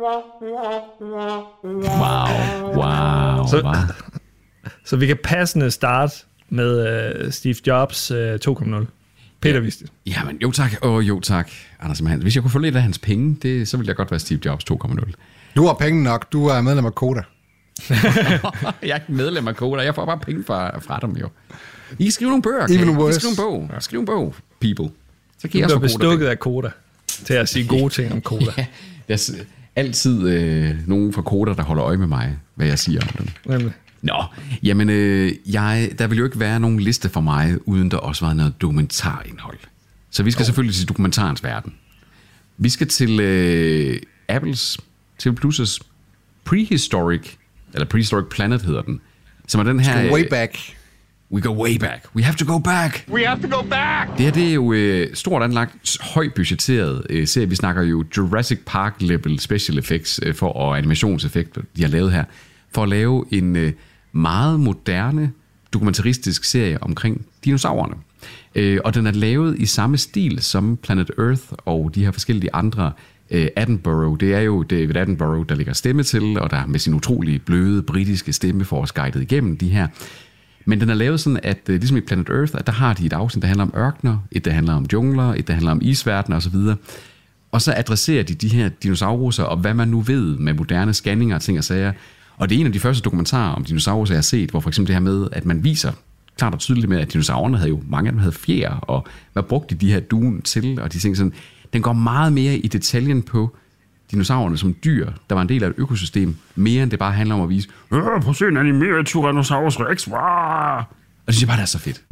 Wow. Så vi kan passende starte med Steve Jobs 2.0. Peter vidste. Jamen, jo tak. Anders Simon. Hvis jeg kunne få lidt af hans penge, så ville jeg godt være Steve Jobs 2.0. Du har penge nok. Du er medlem af Koda. Jeg er ikke medlem af Koda. Jeg får bare penge fra dem jo. I kan skrive nogle bøger, okay? Skriv en bog, people. Så kan du bliver bestukket af Koda til at sige gode ting om Koda. Ja, der er altid nogen fra Koda, der holder øje med mig, hvad jeg siger om dem. Nemlig. Nå, jamen, der vil jo ikke være nogen liste for mig, uden der også var noget dokumentarindhold. Så vi skal selvfølgelig til dokumentarens verden. Vi skal til Apples TV Plus' Prehistoric Planet hedder den, som er den her... Way back. We go way back. We have to go back. We have to go back. Det her, det er jo stort anlagt, højt budgetteret serie. Vi snakker jo Jurassic Park level special effects og animationseffekter, de har lavet her, for at lave en meget moderne dokumentaristisk serie omkring dinosaurerne. Og den er lavet i samme stil som Planet Earth og de her forskellige andre. Attenborough, det er jo David Attenborough, der lægger stemme til, og der med sin utrolig bløde britiske stemme får os guidet igennem de her. Men den er lavet sådan, at ligesom i Planet Earth, at der har de et afsnit, der handler om ørkener, et der handler om jungler, et der handler om isverdener osv. Og så adresserer de her dinosaurer, og hvad man nu ved med moderne scanninger og ting og sager. Og det er en af de første dokumentarer om dinosaurer, jeg har set, hvor for eksempel det her med, at man viser klart og tydeligt med, at dinosaurerne havde jo, mange af dem havde fjer, og hvad brugte de her duen til, og de ting sådan. Den går meget mere i detaljen på dinosaurerne som dyr, der var en del af et økosystem, mere end det bare handler om at vise, prøv at se en animeret Tyrannosaurus Rex, wow! Og det synes jeg bare, det er så fedt.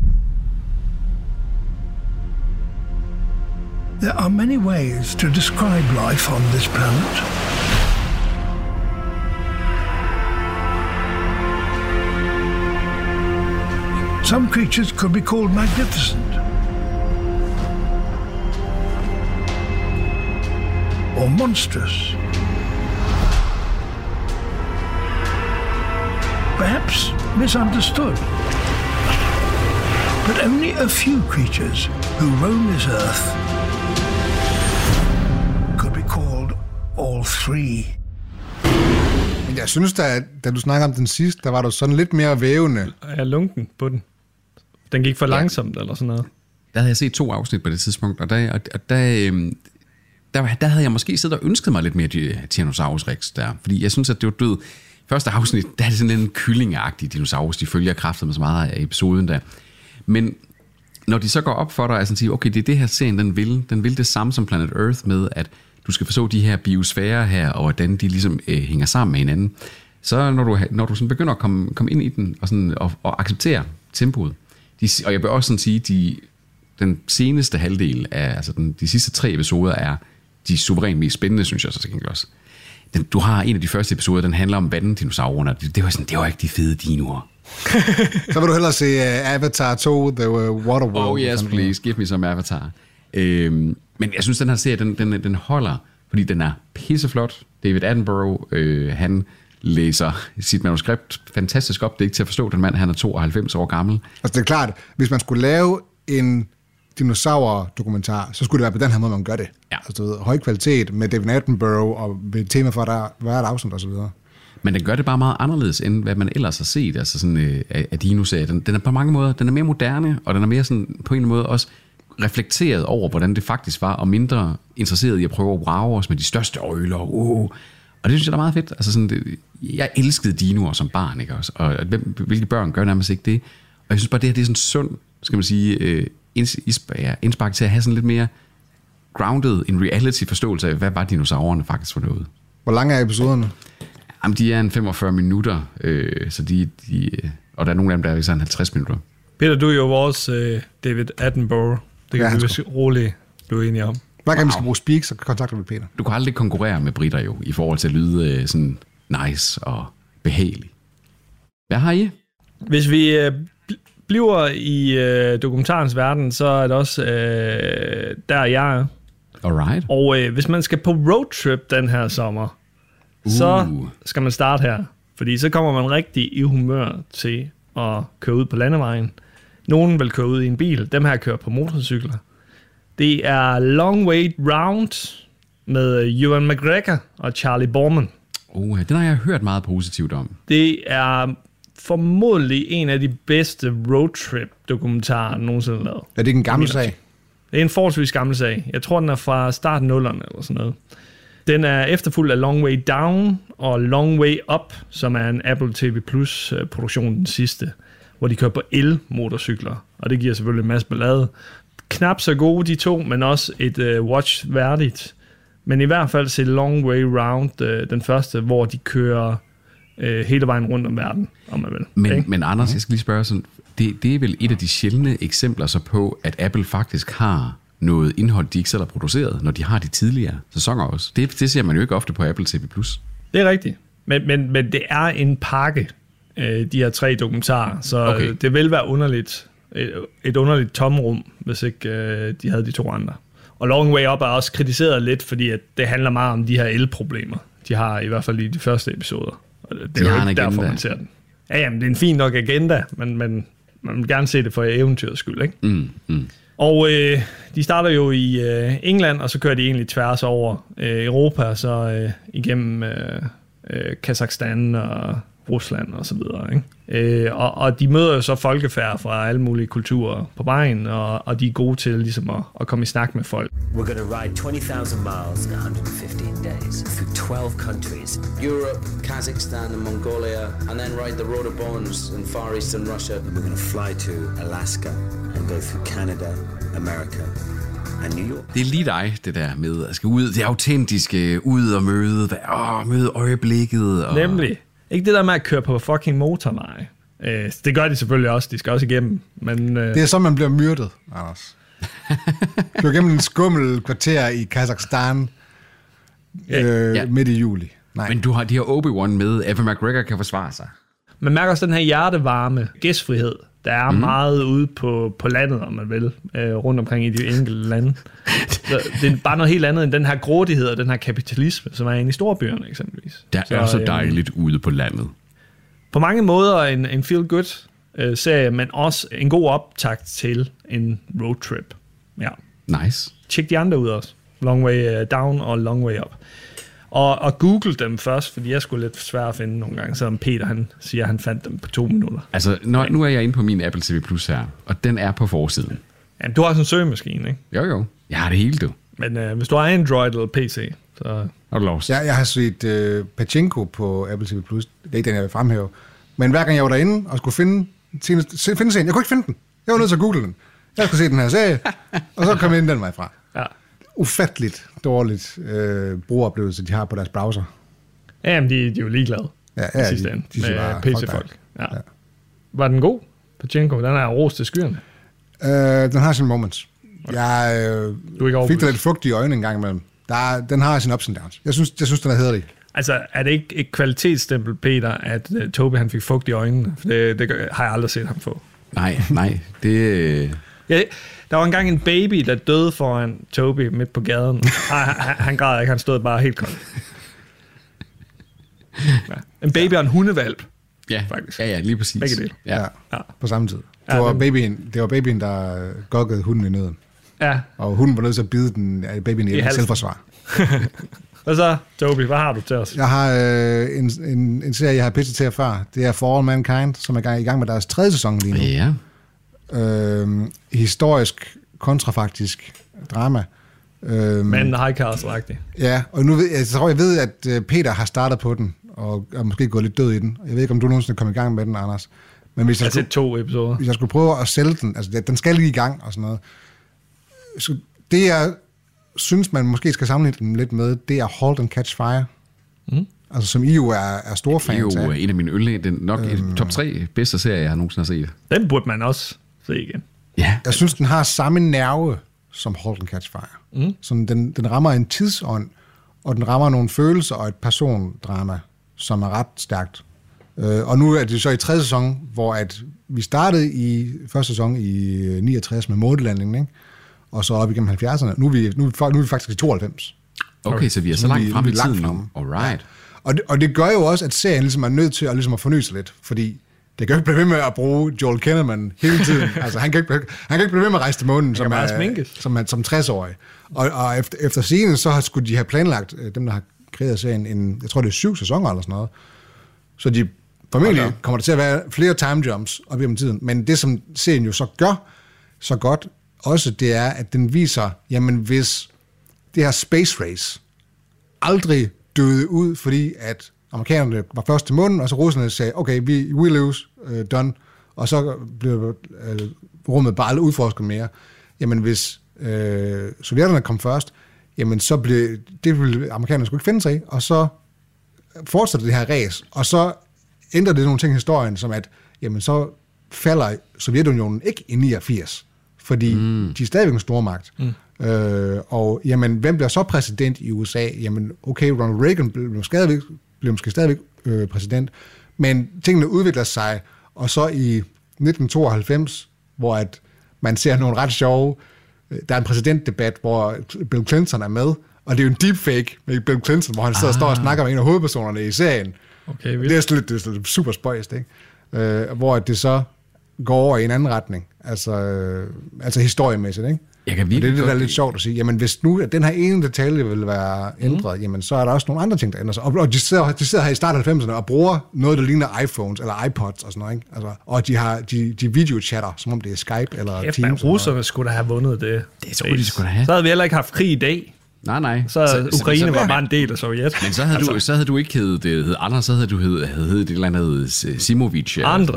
There are many ways to describe life on this planet. Some creatures could be called magnificent, or monstrous. Perhaps misunderstood. But only a few creatures who roam this earth could be called all three. Men jeg synes, da du snakker om den sidste, der var du sådan lidt mere vævende. Jeg er lunken på den. Den gik for langsomt, eller sådan noget. Der havde jeg set 2 afsnit på det tidspunkt, og der havde jeg måske siddet og ønsket mig lidt mere Tyrannosaurus Rex der. Fordi jeg synes, at det var død. Første afsnit, der er det sådan en kyllingagtig dinosaurus. De følger kraftet med så meget af episoden der. Men når de så går op for dig og siger, okay, det er det her serien, den vil det samme som Planet Earth med, at du skal forstå de her biosfærer her, og hvordan de ligesom hænger sammen med hinanden. Så når du sådan begynder at komme ind i den, og, sådan, og acceptere tempoet. Og jeg vil også sådan sige, den seneste halvdel af, altså de sidste 3 episoder er de suverænt mest spændende, synes jeg så til gengæld også. Du har en af de første episoder, den handler om vanddinosaurerne. Det var ikke de fede dinoer. Så vil du hellere se Avatar 2, The Waterworld. Oh yes, please, give me some Avatar. Men jeg synes, den her serie, den holder, fordi den er pisseflot. David Attenborough, han læser sit manuskript fantastisk op. Det er ikke til at forstå, den mand, han er 92 år gammel. Altså det er klart, hvis man skulle lave en dinosaur-dokumentar, så skulle det være på den her måde, man gør det. Ja. Altså du ved, høj kvalitet med David Attenborough og med et tema for hvert afsnit og så videre. Men den gør det bare meget anderledes, end hvad man ellers har set, altså sådan af dinoserier. Den er på mange måder, den er mere moderne, og den er mere sådan, på en eller anden måde også reflekteret over, hvordan det faktisk var, og mindre interesseret i at prøve at wow os med de største øjler. Og det synes jeg er meget fedt. Altså sådan, jeg elskede dinoer som barn, ikke også? Og hvilke børn gør nærmest ikke det? Og jeg synes bare, det her det er sådan sund, skal man sige, indspark til at have sådan lidt mere grounded in reality forståelse af, hvad var dinosaurerne faktisk for noget. Hvor lange er episoderne? Jamen, de er en 45 minutter, så og der er nogle af dem, der er sådan 50 minutter. Peter, du er jo vores David Attenborough. Det kan vi roligt blive enige om. Hver gang vi skal bruge speak, så kontakter vi Peter. Du kan aldrig konkurrere med britter jo, i forhold til at lyde sådan nice og behagelig. Hvad har I? Hvis vi bliver i dokumentarens verden, så er det også der jeg er. Alright. Og hvis man skal på roadtrip den her sommer, så skal man starte her. Fordi så kommer man rigtig i humør til at køre ud på landevejen. Nogen vil køre ud i en bil. Dem her kører på motorcykler. Det er Long Way Round med Ewan McGregor og Charlie Boorman. Den har jeg hørt meget positivt om. Det er formodentlig en af de bedste roadtrip-dokumentarer nogensinde lavet. Er det ikke en gammel sag? Det er en forholdsvis gammel sag. Jeg tror, den er fra starten 0'erne eller sådan noget. Den er efterfulgt af Long Way Down og Long Way Up, som er en Apple TV Plus produktion, den sidste, hvor de kører på el-motorcykler, og det giver selvfølgelig en masse ballade. Knap så gode de to, men også et watch værdigt. Men i hvert fald se Long Way Round, den første, hvor de kører hele vejen rundt om verden, om man vil. Men Anders, jeg skal lige spørge sådan, det er vel et af de sjældne eksempler så på, at Apple faktisk har noget indhold, de ikke selv har produceret, når de har de tidligere sæsoner også. Det ser man jo ikke ofte på Apple TV+. Det er rigtigt. Men det er en pakke, de her 3 dokumentarer, så det vil være underligt, et underligt tomrum, hvis ikke de havde de 2 andre. Og Long Way Up er også kritiseret lidt, fordi at det handler meget om de her elproblemer, de har i hvert fald i de første episoder. Og det er jo ikke derfor, man ser den. Ja, jamen, det er en fin nok agenda, men man vil gerne se det for eventyrets skyld, ikke? Og de starter jo i England, og så kører de egentlig tværs over Europa, så igennem Kazakhstan og Rusland og så videre, ikke? Og de møder jo så folkefærd fra alle mulige kulturer på vejen, og de er gode til ligesom at komme i snak med folk. We're going to ride 20,000 miles in 115 days through 12 countries. Europe, Kazakhstan and Mongolia, and then ride the Road of Bones in Far Eastern Russia. And we're going to fly to Alaska and go through Canada, America and New York. Det er lige dig, det der med at skal ud, det autentiske, ud og møde øjeblikket. Og... Nemlig. Ikke det der med at køre på fucking motorvej. Det gør de selvfølgelig også. De skal også igennem. Men, det er så, man bliver myrdet, Anders. Kører igennem en skummel kvarter i Kazakhstan midt i juli. Nej. Men de har Obi-Wan med. Evan McGregor kan forsvare sig. Man mærker også den her hjertevarme, gæstfrihed Der er meget ude på landet, om man vil, rundt omkring i de enkelte lande. Så det er bare noget helt andet end den her grådighed og den her kapitalisme, som er inde i storbyerne eksempelvis. Der er så dejligt ude på landet. På mange måder en feel-good-serie, men også en god optakt til en roadtrip. Ja. Nice. Tjek de andre ud også. Long Way Down og Long Way Up. Og google dem først, fordi jeg skulle lidt svært at finde nogle gange, selvom Peter han siger, at han fandt dem på 2 minutter. Altså, nu er jeg inde på min Apple TV Plus her, og den er på forsiden. Jamen, du har også en søgemaskine, ikke? Jo. Jeg har det hele, du. Men hvis du har Android eller PC, så har du lov. Jeg har set Pachinko på Apple TV Plus. Det er ikke den, jeg vil fremhæve. Men hver gang jeg var derinde og skulle finde serien, jeg kunne ikke finde den. Jeg var nødt til at google den. Jeg skulle se den her serie, og så kom jeg ind den vej fra. Ja. Ufatteligt dårligt brugeroplevelse, de har på deres browser. Jamen, de er jo ligeglade. Ja, sidste ende med PC-folk. Ja. Var den god? Pachinko, den er ros til skyerne. Den har sine moments. Jeg fik da lidt fugt i øjnene en gang imellem. Den har sin ups and downs. Jeg synes den er hæderlig. Altså, er det ikke et kvalitetsstempel, Peter, at Toby han fik fugt i øjnene? For det har jeg aldrig set ham få. Nej. Det... Ja, der var engang en baby, der døde foran Toby midt på gaden. Han græd ikke, han stod bare helt kold. Ja. En baby og en hundevalp. Ja, faktisk. Ja, lige præcis. Begge dele. Ja, på samme tid. Det var babyen, der gokkede hunden i nøden. Ja. Og hunden var nødt til at bide babyen i selvforsvar. Hvad så, Toby? Hvad har du til os? Jeg har en serie, jeg har pitchet til jer før. Det er For All Mankind, som er i gang med deres 3. sæson lige nu. Ja. Historisk, kontrafaktisk drama. Men highcast-agtig. Ja, og nu jeg ved, at Peter har startet på den, og er måske gået lidt død i den. Jeg ved ikke, om du nogensinde kommer i gang med den, Anders. Men hvis jeg skulle, 2 episoder. Hvis jeg skulle prøve at sælge den, altså den skal lige i gang og sådan noget. Så det, jeg synes, man måske skal sammenligne den lidt med, det er Halt and Catch Fire. Altså, som I jo er store fans af. Det er jo en af mine yndlinge. Den nok top 3 bedste serier, jeg har nogensinde set. Den burde man også se igen. Ja. Jeg synes, den har samme nerve som Halt and Catch Fire. Så den rammer en tidsånd, og den rammer nogle følelser og et persondrama, som er ret stærkt. Og nu er det så i 3. sæson, hvor at vi startede i 1. sæson i 69 med månelandingen, ikke? Og så op igennem 70'erne. Nu er vi faktisk i 92. Okay, så vi er så langt frem i tiden nu. Alright. Ja. Og det gør jo også, at serien ligesom er nødt til at forny sig lidt, fordi det kan jo ikke blive ved med at bruge Joel Kinnaman hele tiden. Altså, han kan ikke blive ved med at rejse til månen som 60-årig. Og efter scenen, så skulle de have planlagt, dem der har kreeret serien, jeg tror det er 7 sæsoner eller sådan noget. Så de formentlig kommer der til at være flere time jumps op igennem tiden. Men det, som serien jo så gør så godt, også det er, at den viser, jamen hvis det her space race aldrig døde ud, fordi at amerikanerne var først til månen, og så russerne sagde, okay, we lose, done, og så blev rummet bare aldrig udforsket mere. Jamen hvis sovjetterne kom først, jamen så ville amerikanerne sgu ikke finde sig i, og så fortsætter det her race, og så ændrer det nogle ting i historien, som at, jamen så falder Sovjetunionen ikke i 89, fordi de er stadigvæk en stormagt. Og jamen, hvem bliver så præsident i USA? Jamen, okay, Ronald Reagan blev måske stadigvæk præsident, men tingene udvikler sig, og så i 1992, hvor at man ser nogle ret sjove, der er en præsidentdebat, hvor Bill Clinton er med, og det er jo en deepfake med Bill Clinton, hvor han sidder og står og snakker med en af hovedpersonerne i serien. Okay, det er lidt super spøjst, ikke? Hvor det så går over i en anden retning, altså historiemæssigt, ikke? Og det er det, der er lidt sjovt at sige. Jamen, hvis nu at den her ene detalje vil være ændret, jamen, så er der også nogle andre ting, der ændrer sig. Og de sidder her i starten af 90'erne og bruger noget, der ligner iPhones eller iPods og sådan noget, ikke? Altså, og de videochatter, som om det er Skype eller Teams. Russerne skulle da have vundet det. Det tror de skulle have. Så havde vi heller ikke haft krig i dag. Nej. Så Ukraine var bare en del af Sovjet. Men så havde du ikke heddet Anders, så havde du heddet et eller andet Simovic.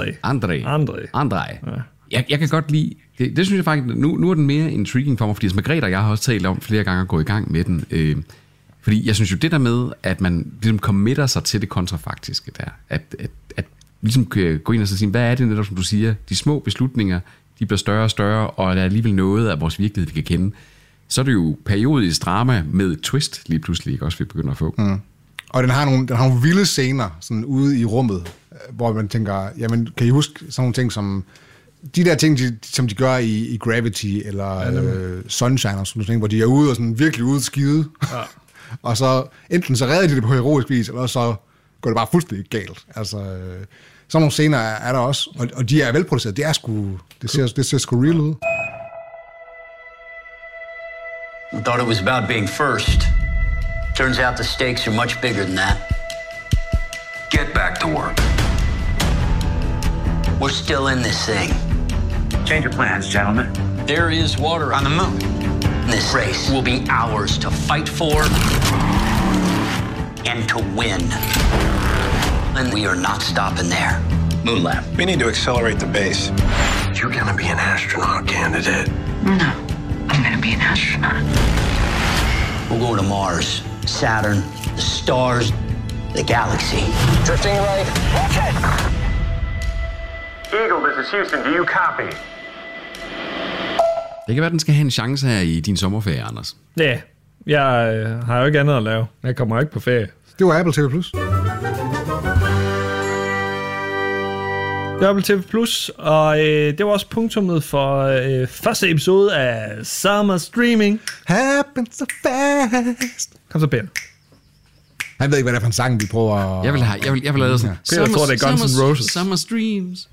Andrej. Ja. Jeg kan godt lide, det synes jeg faktisk, nu er den mere intriguing for mig, fordi Margrethe og jeg har også talt om flere gange at gå i gang med den. Fordi jeg synes jo det der med, at man ligesom committer sig til det kontrafaktiske der, at ligesom gå ind og så sige, hvad er det netop, som du siger, de små beslutninger, de bliver større og større, og der er alligevel noget af vores virkelighed, vi kan kende. Så er det jo periodisk drama med twist lige pludselig, ikke også vi begynder at få. Og den har nogle vilde scener sådan ude i rummet, hvor man tænker, jamen kan I huske sådan nogle ting som de der ting, som de gør i Gravity eller Sunshine og sådan noget, hvor de er ude og sådan virkelig ude skide. Ja. Og så enten så redder de det på heroisk vis, eller så går det bare fuldstændig galt. Altså, sådan nogle scener er der også, og de er velproduceret. Det ser sgu real ud. I thought it was about being first. Turns out the stakes are much bigger than that. Get back to work. We're still in this thing. Change your plans, gentlemen. There is water on the moon. This race will be ours to fight for and to win. And we are not stopping there. Moon Lab. We need to accelerate the base. You're gonna be an astronaut candidate. No, I'm gonna be an astronaut. We're going to Mars, Saturn, the stars, the galaxy. Drifting right. Watch it! Eagle, this is Houston. Do you copy? Det kan være, at den skal have en chance her i din sommerferie, Anders. Ja, jeg har jo ikke andet at lave. Jeg kommer ikke på ferie. Det var Apple TV+. Det var Apple TV+, og det var også punktummet for første episode af Summer Streaming. Happens so fast. Kom så, Peter. Han ved ikke, hvad det er for en sang, vi prøver at... Jeg vil have sådan... Peter tror, det er Guns N' Roses. Summer Streams.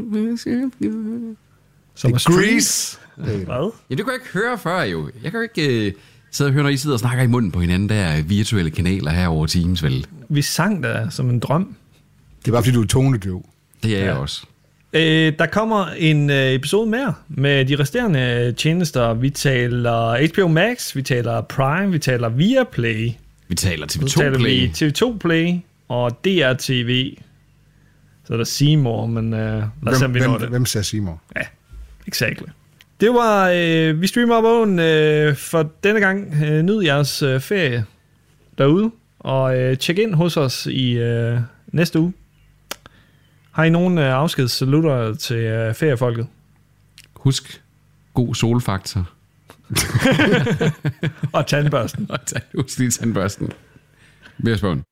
Summer Streams. Hvad? Ja, det kunne jeg ikke høre før, jo. Jeg kan jo ikke sidde og høre, når I sidder og snakker i munden på hinanden, der virtuelle kanaler her over Teams, vel? Vi sang der som en drøm. Det er bare, fordi du er tonedøv. Det er jeg også. Der kommer en episode mere med de resterende tjenester. Vi taler HBO Max, vi taler Prime, vi taler Viaplay. Vi taler TV2 så taler Play. Vi TV2 Play og DRTV. Så er der Seymour, men lad os se, om vi når det. Hvem ser Seymour? Ja, exactly. Det var, vi streamer op oven for denne gang. Nyd jeres ferie derude, og tjek ind hos os i næste uge. Har I nogen afskedssalutter til feriefolket? Husk god solfaktor. Og tandbørsten. Husk lige tandbørsten. Mere spørgsmål.